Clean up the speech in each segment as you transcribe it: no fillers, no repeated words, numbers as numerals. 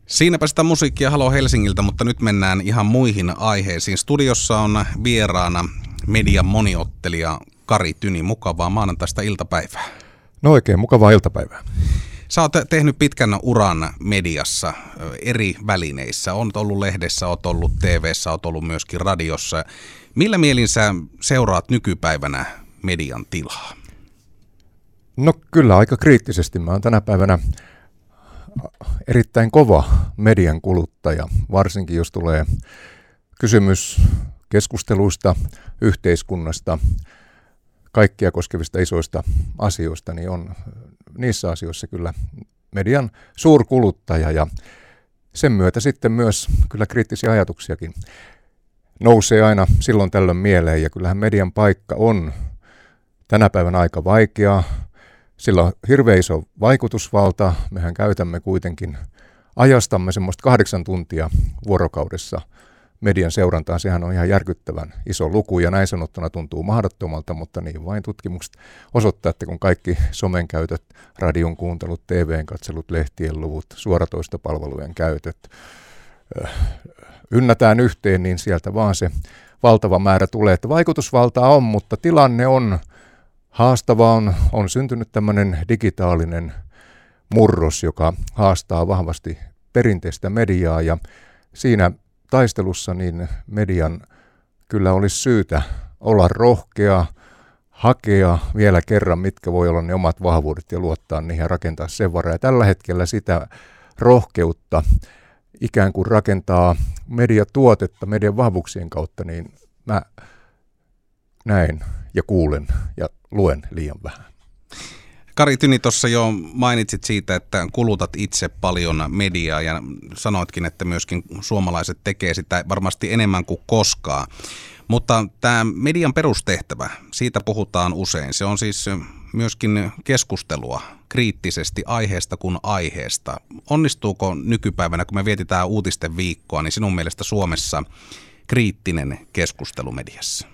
Siinäpä sitä musiikkia Halo Helsingiltä, mutta nyt mennään ihan muihin aiheisiin. Studiossa on vieraana median moniottelija Kari Tyni. Mukavaa maanantaista iltapäivää. No oikein mukavaa iltapäivää. Sä oot tehnyt pitkän uran mediassa eri välineissä. Oot ollut lehdessä, oot ollut TV:ssä, oot ollut myöskin radiossa. Millä mielin sä seuraat nykypäivänä median tilaa? No kyllä aika kriittisesti. Mä oon tänä päivänä erittäin kova median kuluttaja, varsinkin jos tulee kysymys keskusteluista, yhteiskunnasta, kaikkia koskevista isoista asioista, niin on niissä asioissa kyllä median suurkuluttaja ja sen myötä sitten myös kyllä kriittisiä ajatuksiakin nousee aina silloin tällöin mieleen ja kyllähän median paikka on tänä päivänä aika vaikea. Sillä on hirveän iso vaikutusvalta. Mehän käytämme kuitenkin ajastamme semmoista 8 tuntia vuorokaudessa median seurantaan. Sehän on ihan järkyttävän iso luku ja näin sanottuna tuntuu mahdottomalta, mutta niin vain tutkimukset osoittaa, että kun kaikki somen käytöt, radion kuuntelut, TV:n katselut, lehtien luvut, suoratoistopalvelujen käytöt ynnätään yhteen, niin sieltä vaan se valtava määrä tulee. Että vaikutusvaltaa on, mutta tilanne on haastavaa, on syntynyt tämmöinen digitaalinen murros, joka haastaa vahvasti perinteistä mediaa ja siinä taistelussa niin median kyllä olisi syytä olla rohkea, hakea vielä kerran, mitkä voi olla ne omat vahvuudet ja luottaa niihin ja rakentaa sen varaan. Ja tällä hetkellä sitä rohkeutta ikään kuin rakentaa mediatuotetta median vahvuuksien kautta, niin mä näen ja kuulen ja luen liian vähän. Kari Tyni, tuossa jo mainitsit siitä, että kulutat itse paljon mediaa ja sanoitkin, että myöskin suomalaiset tekee sitä varmasti enemmän kuin koskaan. Mutta tämä median perustehtävä, siitä puhutaan usein. Se on siis myöskin keskustelua kriittisesti aiheesta kuin aiheesta. Onnistuuko nykypäivänä, kun me vietetään uutisten viikkoa, niin sinun mielestä Suomessa kriittinen keskustelu mediassa?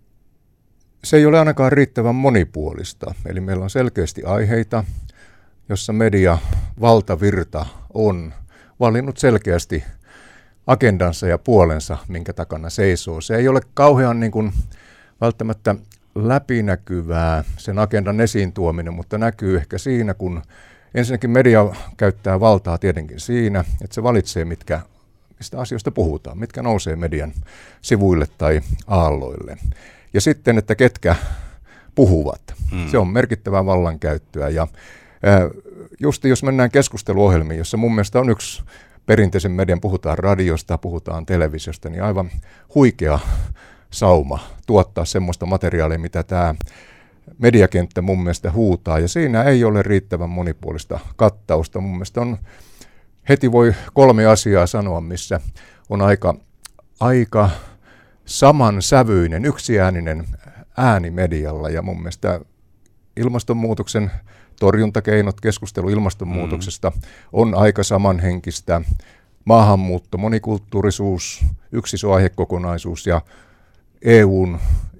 Se ei ole ainakaan riittävän monipuolista. Eli meillä on selkeästi aiheita, jossa media valtavirta on valinnut selkeästi agendansa ja puolensa, minkä takana seisoo. Se ei ole kauhean niin kuin välttämättä läpinäkyvää sen agendan esiin tuominen, mutta näkyy ehkä siinä, kun ensinnäkin media käyttää valtaa tietenkin siinä, että se valitsee, mistä asioista puhutaan, mitkä nousee median sivuille tai aalloille. Ja sitten, että ketkä puhuvat. Se on merkittävää vallankäyttöä. Ja just jos mennään keskusteluohjelmiin, jossa mun mielestä on yksi perinteisen median, puhutaan radiosta, puhutaan televisiosta, niin aivan huikea sauma tuottaa semmoista materiaalia, mitä tämä mediakenttä mun mielestä huutaa. Ja siinä ei ole riittävän monipuolista kattausta. Mun mielestä heti voi 3 asiaa sanoa, missä on aika samansävyinen, yksiääninen ääni medialla ja mun mielestä ilmastonmuutoksen torjuntakeinot, keskustelu ilmastonmuutoksesta on aika samanhenkistä. Maahanmuutto, monikulttuurisuus, yksi iso aihekokonaisuus ja EUn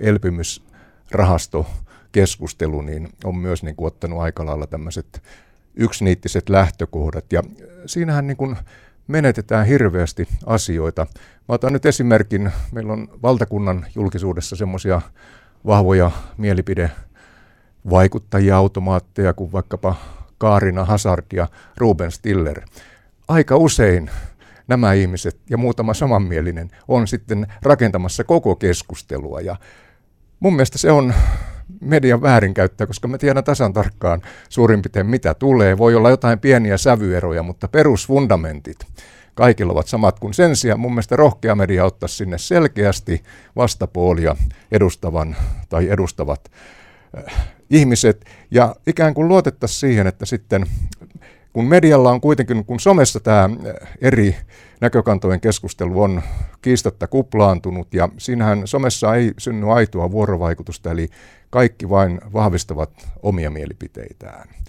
elpymisrahastokeskustelu niin on myös niin kuin ottanut aika lailla tämmöiset yksiniittiset lähtökohdat ja siinähän niin kuin menetetään hirveästi asioita. Mä otan nyt esimerkin, meillä on valtakunnan julkisuudessa semmoisia vahvoja mielipidevaikuttajia, automaatteja kuin vaikkapa Kaarina Hazard ja Ruben Stiller. Aika usein nämä ihmiset ja muutama samanmielinen on sitten rakentamassa koko keskustelua ja mun mielestä se on median väärinkäyttöä, koska mä tiedän tasan tarkkaan suurin piirtein mitä tulee. Voi olla jotain pieniä sävyeroja, mutta perusfundamentit kaikilla ovat samat kuin sen sijaan. Mun mielestä rohkea media ottaa sinne selkeästi vastapuolia edustavat ihmiset ja ikään kuin luotettaisiin siihen, että sitten kun medialla on kuitenkin, kun somessa tämä eri näkökantojen keskustelu on kiistatta kuplaantunut ja siinähän somessa ei synny aitoa vuorovaikutusta, eli kaikki vain vahvistavat omia mielipiteitään.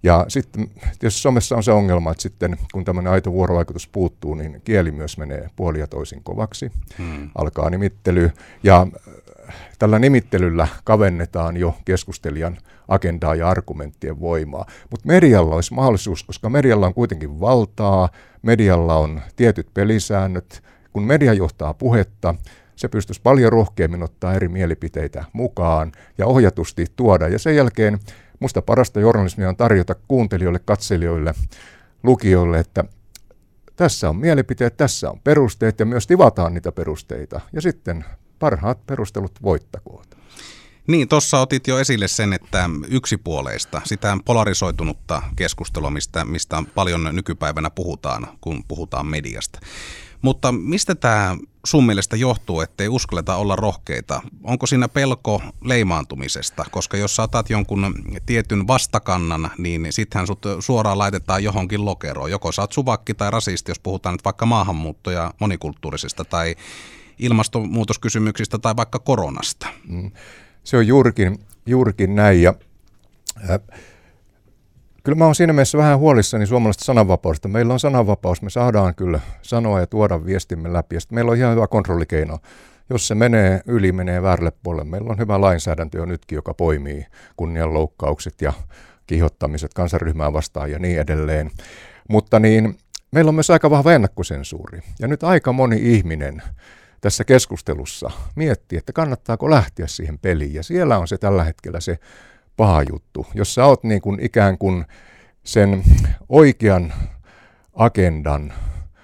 Ja sitten tietysti somessa on se ongelma, että sitten kun tämmöinen aito vuorovaikutus puuttuu, niin kieli myös menee puolin ja toisin kovaksi. Alkaa nimittely ja tällä nimittelyllä kavennetaan jo keskustelijan agendaa ja argumenttien voimaa. Mutta medialla olisi mahdollisuus, koska medialla on kuitenkin valtaa, medialla on tietyt pelisäännöt. Kun media johtaa puhetta, se pystyisi paljon rohkeammin ottaa eri mielipiteitä mukaan ja ohjatusti tuoda. Ja sen jälkeen musta parasta journalismia on tarjota kuuntelijoille, katselijoille, lukijoille, että tässä on mielipiteet, tässä on perusteet ja myös tivataan niitä perusteita. Ja sitten parhaat perustelut voittakoot. Niin, tuossa otit jo esille sen, että yksipuoleista, sitä polarisoitunutta keskustelua, mistä paljon nykypäivänä puhutaan, kun puhutaan mediasta. Mutta mistä tämä sun mielestä johtuu, ettei uskalleta olla rohkeita? Onko siinä pelko leimaantumisesta? Koska jos sä otat jonkun tietyn vastakannan, niin sittenhän sut suoraan laitetaan johonkin lokeroon. Joko sä oot suvakki tai rasisti, jos puhutaan nyt vaikka maahanmuutto- ja monikulttuurisesta tai ilmastonmuutoskysymyksistä tai vaikka koronasta. Se on juurikin näin. Ja, kyllä mä oon siinä mielessä vähän huolissani suomalaisesta sananvapaudesta. Meillä on sananvapaus, me saadaan kyllä sanoa ja tuoda viestimme läpi. Ja meillä on ihan hyvä kontrollikeino. Jos se menee yli, menee väärälle puolelle. Meillä on hyvä lainsäädäntö jo nytkin, joka poimii kunnianloukkaukset ja kiihottamiset kansanryhmää vastaan ja niin edelleen. Mutta niin, meillä on myös aika vahva ennakkosensuuri. Ja nyt aika moni ihminen tässä keskustelussa miettii, että kannattaako lähteä siihen peliin. Ja siellä on se tällä hetkellä se paha juttu. Jos sä oot niin kuin ikään kuin sen oikean agendan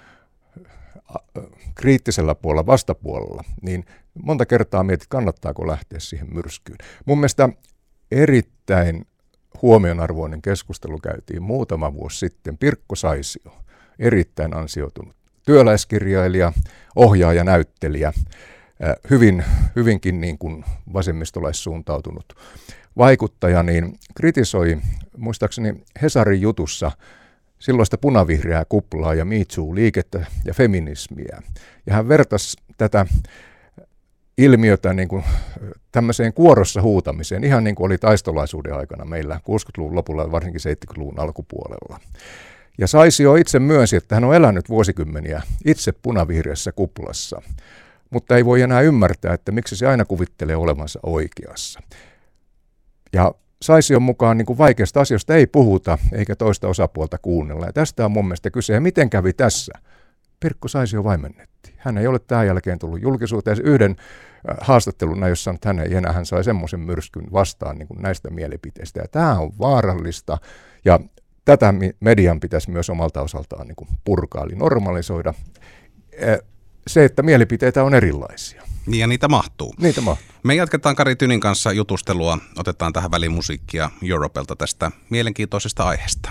kriittisellä puolella, vastapuolella, niin monta kertaa mietit, kannattaako lähteä siihen myrskyyn. Mun mielestä erittäin huomionarvoinen keskustelu käytiin muutama vuosi sitten. Pirkko Saisio, erittäin ansioitunut työläiskirjailija, ohjaaja, näyttelijä, hyvinkin niin kuin vasemmistolaissuuntautunut vaikuttaja, niin kritisoi muistaakseni Hesarin jutussa silloista punavihreää kuplaa ja Me Too-liikettä ja feminismiä. Ja hän vertasi tätä ilmiötä niin kuin tämmöiseen kuorossa huutamiseen, ihan niin kuin oli taistolaisuuden aikana meillä 60-luvun lopulla ja varsinkin 70-luvun alkupuolella. Ja Saisio itse myönsi, että hän on elänyt vuosikymmeniä itse punavihreässä kuplassa, mutta ei voi enää ymmärtää, että miksi se aina kuvittelee olevansa oikeassa. Ja Saision mukaan niin kuin vaikeasta asioista ei puhuta eikä toista osapuolta kuunnella. Ja tästä on mun mielestä kyse. Ja miten kävi tässä? Pirkko Saisio vaimennettiin. Hän ei ole tämän jälkeen tullut julkisuuteen. Yhden haastattelun, jossa hän ei enää, hän sai semmoisen myrskyn vastaan niin kuin näistä mielipiteistä. Ja tämä on vaarallista. Ja tätä median pitäisi myös omalta osaltaan niin kuin purkaa, eli normalisoida se, että mielipiteitä on erilaisia. Niin ja niitä mahtuu. Niitä mahtuu. Me jatketaan Kari Tynin kanssa jutustelua. Otetaan tähän väliin musiikkia Europelta tästä mielenkiintoisesta aiheesta.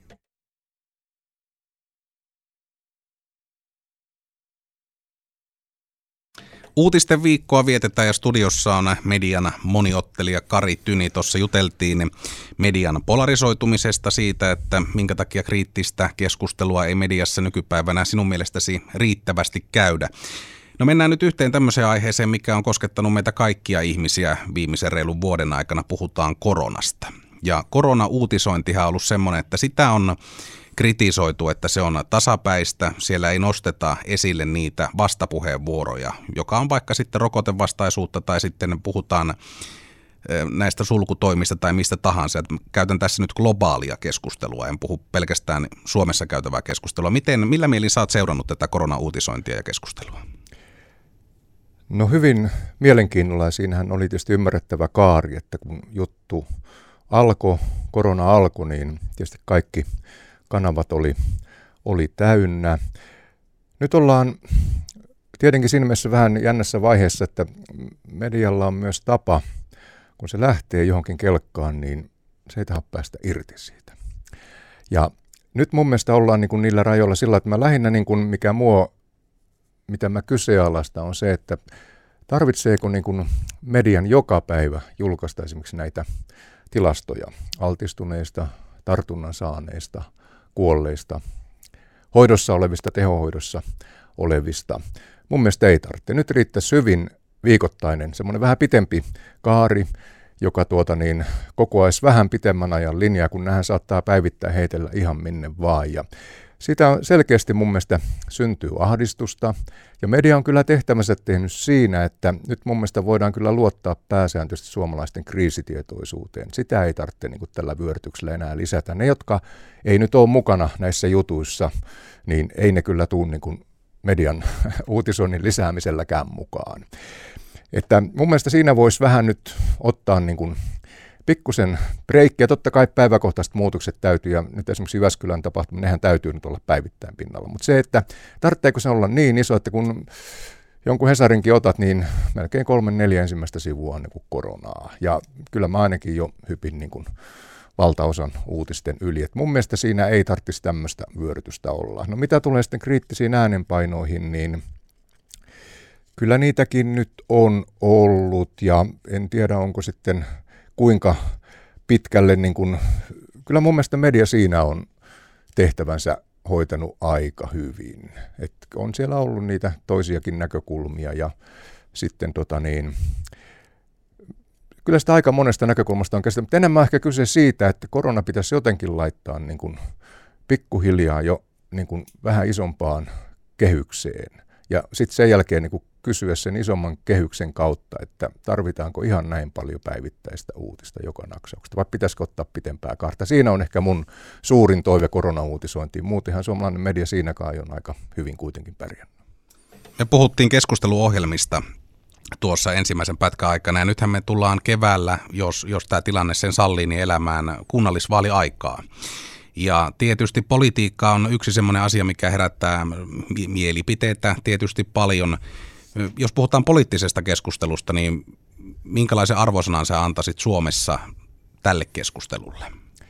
Uutisten viikkoa vietetään ja studiossa on median moniottelija Kari Tyni. Tuossa juteltiin median polarisoitumisesta, siitä, että minkä takia kriittistä keskustelua ei mediassa nykypäivänä sinun mielestäsi riittävästi käydä. No mennään nyt yhteen tämmöiseen aiheeseen, mikä on koskettanut meitä kaikkia ihmisiä viimeisen reilun vuoden aikana. Puhutaan koronasta. Ja korona-uutisointihan on ollut semmoinen, että sitä on kritisoitu, että se on tasapäistä, siellä ei nosteta esille niitä vastapuheenvuoroja, joka on vaikka sitten rokotevastaisuutta tai sitten puhutaan näistä sulkutoimista tai mistä tahansa. Käytän tässä nyt globaalia keskustelua, en puhu pelkästään Suomessa käytävää keskustelua. Millä mielin sä oot seurannut tätä korona-uutisointia ja keskustelua? No hyvin mielenkiinnolla, ja siinähän oli tietysti ymmärrettävä kaari, että kun juttu korona alkoi, niin tietysti kaikki kanavat oli täynnä. Nyt ollaan tietenkin siinä mielessä vähän jännässä vaiheessa, että medialla on myös tapa, kun se lähtee johonkin kelkkaan, niin se ei taha päästä irti siitä. Ja nyt mun mielestä ollaan niin kuin niillä rajoilla sillä, että mä lähinnä niin kuin mitä mä kyseenalaistan on se, että tarvitseeko niin kuin median joka päivä julkaista esimerkiksi näitä tilastoja altistuneista, tartunnan saaneista, kuolleista, hoidossa olevista, tehohoidossa olevista. Mun mielestä ei tarvitse. Nyt riittäisi hyvin viikoittainen, semmoinen vähän pitempi kaari, joka kokoaisi vähän pitemmän ajan linjaa, kun nämähän saattaa päivittää heitellä ihan minne vaan. Ja siitä selkeästi mun mielestä syntyy ahdistusta, ja media on kyllä tehtävänsä tehnyt siinä, että nyt mun mielestä voidaan kyllä luottaa pääsääntöisesti suomalaisten kriisitietoisuuteen. Sitä ei tarvitse niin kuin tällä vyörytyksellä enää lisätä. Ne, jotka ei nyt ole mukana näissä jutuissa, niin ei ne kyllä tule niin kuin median uutisoinnin lisäämiselläkään mukaan. Että mun mielestä siinä voisi vähän nyt ottaa niin kuin pikkusen breikkiä. Totta kai päiväkohtaiset muutokset täytyy, ja nyt esimerkiksi Jyväskylän tapahtuminen, nehän täytyy nyt olla päivittäin pinnalla. Mutta se, että tarvitseeko se olla niin iso, että kun jonkun Hesarinkin otat, niin melkein 3-4 ensimmäistä sivua on niin kuin koronaa. Ja kyllä mä ainakin jo hypin niin kuin valtaosan uutisten yli. Et mun mielestä siinä ei tarvitsisi tämmöistä vyörytystä olla. No mitä tulee sitten kriittisiin äänenpainoihin, niin kyllä niitäkin nyt on ollut, ja en tiedä onko sitten kuinka pitkälle, niin kun, kyllä mun mielestä media siinä on tehtävänsä hoitanut aika hyvin. Et on siellä ollut niitä toisiakin näkökulmia, ja sitten kyllä sitä aika monesta näkökulmasta on käsitelty, mutta enemmän ehkä kyse siitä, että korona pitäisi jotenkin laittaa niin kun pikkuhiljaa jo niin kun vähän isompaan kehykseen. Ja sitten sen jälkeen niin kysyä sen isomman kehyksen kautta, että tarvitaanko ihan näin paljon päivittäistä uutista joka naksauksesta, vai pitäisikö ottaa pitempää kaarta. Siinä on ehkä mun suurin toive koronauutisointiin. Muutenhan suomalainen media siinäkaan on aika hyvin kuitenkin pärjännyt. Me puhuttiin keskusteluohjelmista tuossa ensimmäisen pätkän aikana, ja nythän me tullaan keväällä, jos tämä tilanne sen sallii, niin elämään kunnallisvaaliaikaa. Ja tietysti politiikka on yksi semmoinen asia, mikä herättää mielipiteitä tietysti paljon. Jos puhutaan poliittisesta keskustelusta, niin minkälaisen arvosanan sä antaisit Suomessa tälle keskustelulle?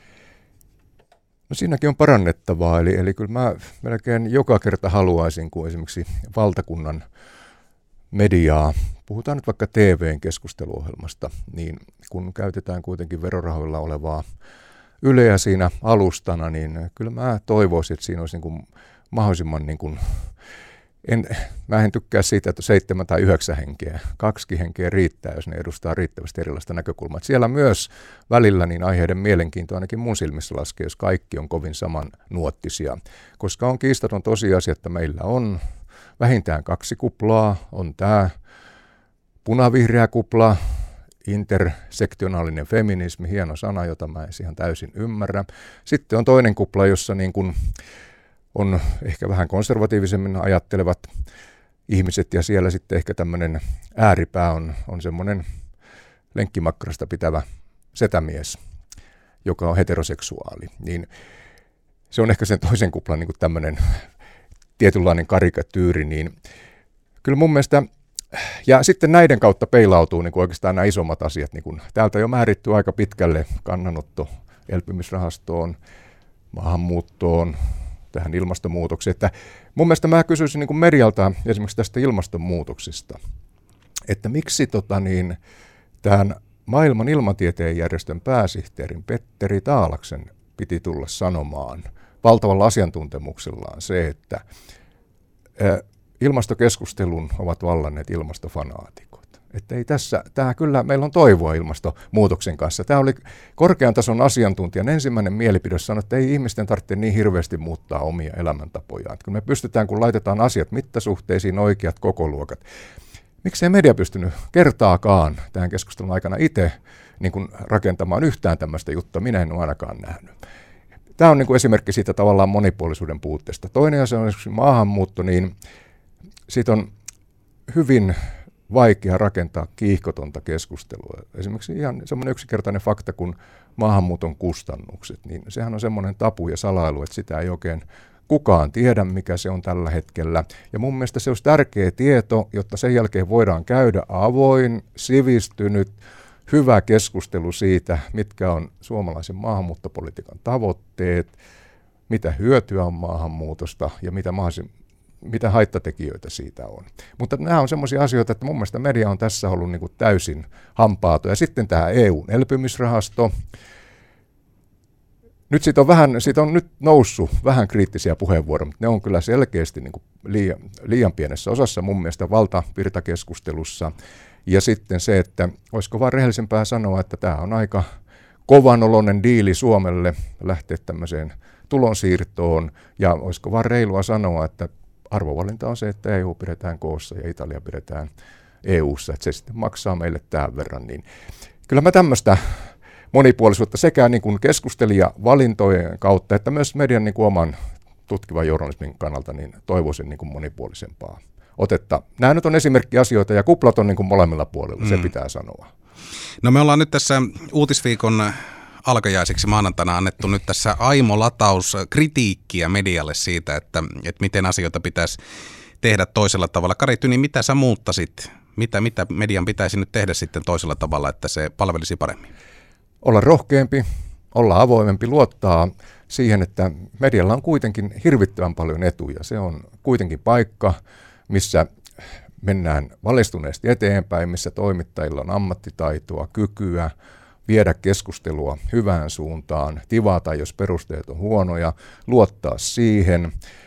No siinäkin on parannettavaa, eli kyllä mä melkein joka kerta haluaisin, kun esimerkiksi valtakunnan mediaa, puhutaan nyt vaikka TV:n keskusteluohjelmasta, niin kun käytetään kuitenkin verorahoilla olevaa Yleä siinä alustana, niin kyllä mä toivoisin, että siinä olisi niin kuin mahdollisimman, niin kuin, mä en tykkää siitä, että 7 tai 9 henkeä, 2 henkeä riittää, jos ne edustaa riittävästi erilaista näkökulmaa. Että siellä myös välillä niin aiheiden mielenkiinto ainakin mun silmissä laskee, jos kaikki on kovin samannuottisia, koska on kiistaton tosiasia, että meillä on vähintään 2 kuplaa, on tämä punavihreä kupla, intersektionaalinen feminismi, hieno sana, jota mä en ihan täysin ymmärrä. Sitten on toinen kupla, jossa niin kuin on ehkä vähän konservatiivisemmin ajattelevat ihmiset, ja siellä sitten ehkä tämmöinen ääripää on semmoinen lenkkimakkarasta pitävä setämies, joka on heteroseksuaali. Niin se on ehkä sen toisen kuplan niin kuin tämmöinen tietynlainen karikatyyri, niin kyllä mun mielestä. Ja sitten näiden kautta peilautuu niin kuin oikeastaan nämä isommat asiat. Niin kuin täältä jo määrittyy aika pitkälle kannanotto elpymisrahastoon, maahanmuuttoon, tähän ilmastonmuutokseen. Että mun mielestä mä kysyisin niin kuin medialta esimerkiksi tästä ilmastonmuutoksesta, että miksi tämän maailman ilmatieteen järjestön pääsihteerin Petteri Taalaksen piti tulla sanomaan valtavalla asiantuntemuksellaan se, että ilmastokeskustelun ovat vallanneet ilmastofanaatikot. Että ei tämä kyllä, meillä on toivoa ilmastonmuutoksen kanssa. Tämä oli korkean tason asiantuntijan ensimmäinen mielipide sanoi, että ei ihmisten tarvitse niin hirveästi muuttaa omia elämäntapojaan. Että kun me pystytään, kun laitetaan asiat mittasuhteisiin, oikeat kokoluokat. Miksei media pystynyt kertaakaan tämän keskustelun aikana itse niin kuin rakentamaan yhtään tämmöistä juttua? Minä en ole ainakaan nähnyt. Tämä on niin kuin esimerkki siitä tavallaan monipuolisuuden puutteesta. Toinen asia on esimerkiksi maahanmuutto, niin siitä on hyvin vaikea rakentaa kiihkotonta keskustelua. Esimerkiksi ihan semmoinen yksinkertainen fakta kuin maahanmuuton kustannukset, niin sehän on semmoinen tabu ja salailu, että sitä ei oikein kukaan tiedä, mikä se on tällä hetkellä. Ja mun mielestä se olisi tärkeä tieto, jotta sen jälkeen voidaan käydä avoin, sivistynyt, hyvä keskustelu siitä, mitkä on suomalaisen maahanmuuttopolitiikan tavoitteet, mitä hyötyä on maahanmuutosta ja mitä haittatekijöitä siitä on. Mutta nämä on semmoisia asioita, että mun mielestä media on tässä ollut niin kuin täysin hampaato. Ja sitten tämä EUn elpymisrahasto. Nyt siitä on nyt noussut vähän kriittisiä puheenvuoroja, mutta ne on kyllä selkeästi niin kuin liian pienessä osassa mun mielestä valtavirtakeskustelussa. Ja sitten se, että olisiko vaan rehellisempää sanoa, että tämä on aika kovanoloinen diili Suomelle lähteä tämmöiseen tulonsiirtoon, ja olisiko vaan reilua sanoa, että arvovalinta on se, että EU pidetään koossa ja Italia pidetään EU:ssa, että se sitten maksaa meille tämän verran. Niin kyllä mä tämmöistä monipuolisuutta sekä niin kuin keskustelijavalintojen kautta, että myös median niin kuin oman tutkivan journalismin kannalta niin toivoisin niin kuin monipuolisempaa otetta. Nämä nyt on esimerkki asioita ja kuplat on niin kuin molemmilla puolilla, se pitää sanoa. No me ollaan nyt tässä uutisviikon alkajaisiksi maanantaina annettu nyt tässä aimolataus kritiikkiä medialle siitä, että miten asioita pitäisi tehdä toisella tavalla. Kari Tyni, mitä sä muuttasit? Mitä median pitäisi nyt tehdä sitten toisella tavalla, että se palvelisi paremmin? Olla rohkeampi, olla avoimempi, luottaa siihen, että medialla on kuitenkin hirvittävän paljon etuja. Se on kuitenkin paikka, missä mennään valistuneesti eteenpäin, missä toimittajilla on ammattitaitoa, kykyä viedä keskustelua hyvään suuntaan, tivata, jos perusteet on huonoja, luottaa siihen,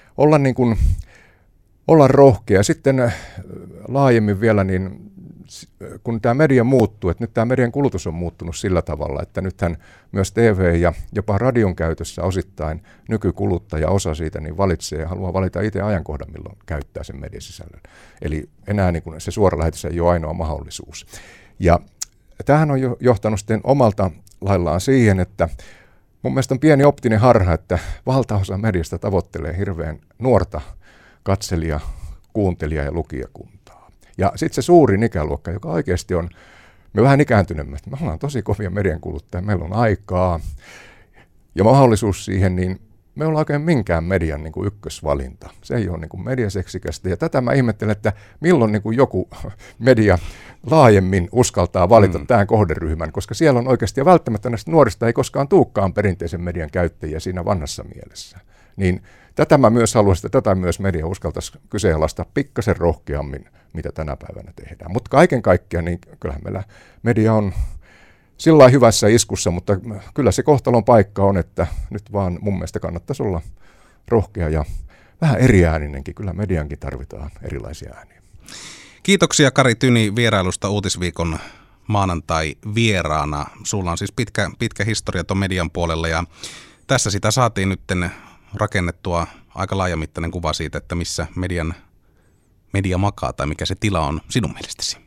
olla rohkea. Sitten laajemmin vielä, niin kun tämä media muuttuu, että nyt tämä median kulutus on muuttunut sillä tavalla, että nythän myös TV ja jopa radion käytössä osittain nykykuluttaja osa siitä niin haluaa valita itse ajankohdan, milloin käyttää sen mediasisällön. Eli enää niin kuin se suora lähetys ei ole ainoa mahdollisuus. Ja tämähän on johtanut sitten omalta laillaan siihen, että mun mielestä on pieni optinen harha, että valtaosa mediasta tavoittelee hirveän nuorta katselija, kuuntelija ja lukijakuntaa. Ja sitten se suurin ikäluokka, joka oikeasti on, me vähän ikääntyneemmät, me ollaan tosi kovia median kuluttajia, meillä on aikaa ja mahdollisuus siihen, niin me ollaan oikein minkään median niin kuin ykkösvalinta. Se ei ole niin kuin mediaseksikästä. Ja tätä mä ihmettelen, että milloin niin kuin joku media laajemmin uskaltaa valita tämän kohderyhmän, koska siellä on oikeasti, ja välttämättä näistä nuorista ei koskaan tulekaan perinteisen median käyttäjiä siinä vanhassa mielessä. Niin tätä mä myös haluaisin, että tätä myös media uskaltaisi kyseenalaistaa pikkasen rohkeammin, mitä tänä päivänä tehdään. Mutta kaiken kaikkiaan, niin kyllähän meillä media on sillä lailla hyvässä iskussa, mutta kyllä se kohtalon paikka on, että nyt vaan mun mielestä kannattaisi olla rohkea ja vähän eriääninenkin. Kyllä mediankin tarvitaan erilaisia ääniä. Kiitoksia Kari Tyni vierailusta Uutisviikon maanantai-vieraana. Sulla on siis pitkä historia tuon median puolella ja tässä sitä saatiin nyt rakennettua aika laajamittainen kuva siitä, että missä media makaa tai mikä se tila on sinun mielestäsi.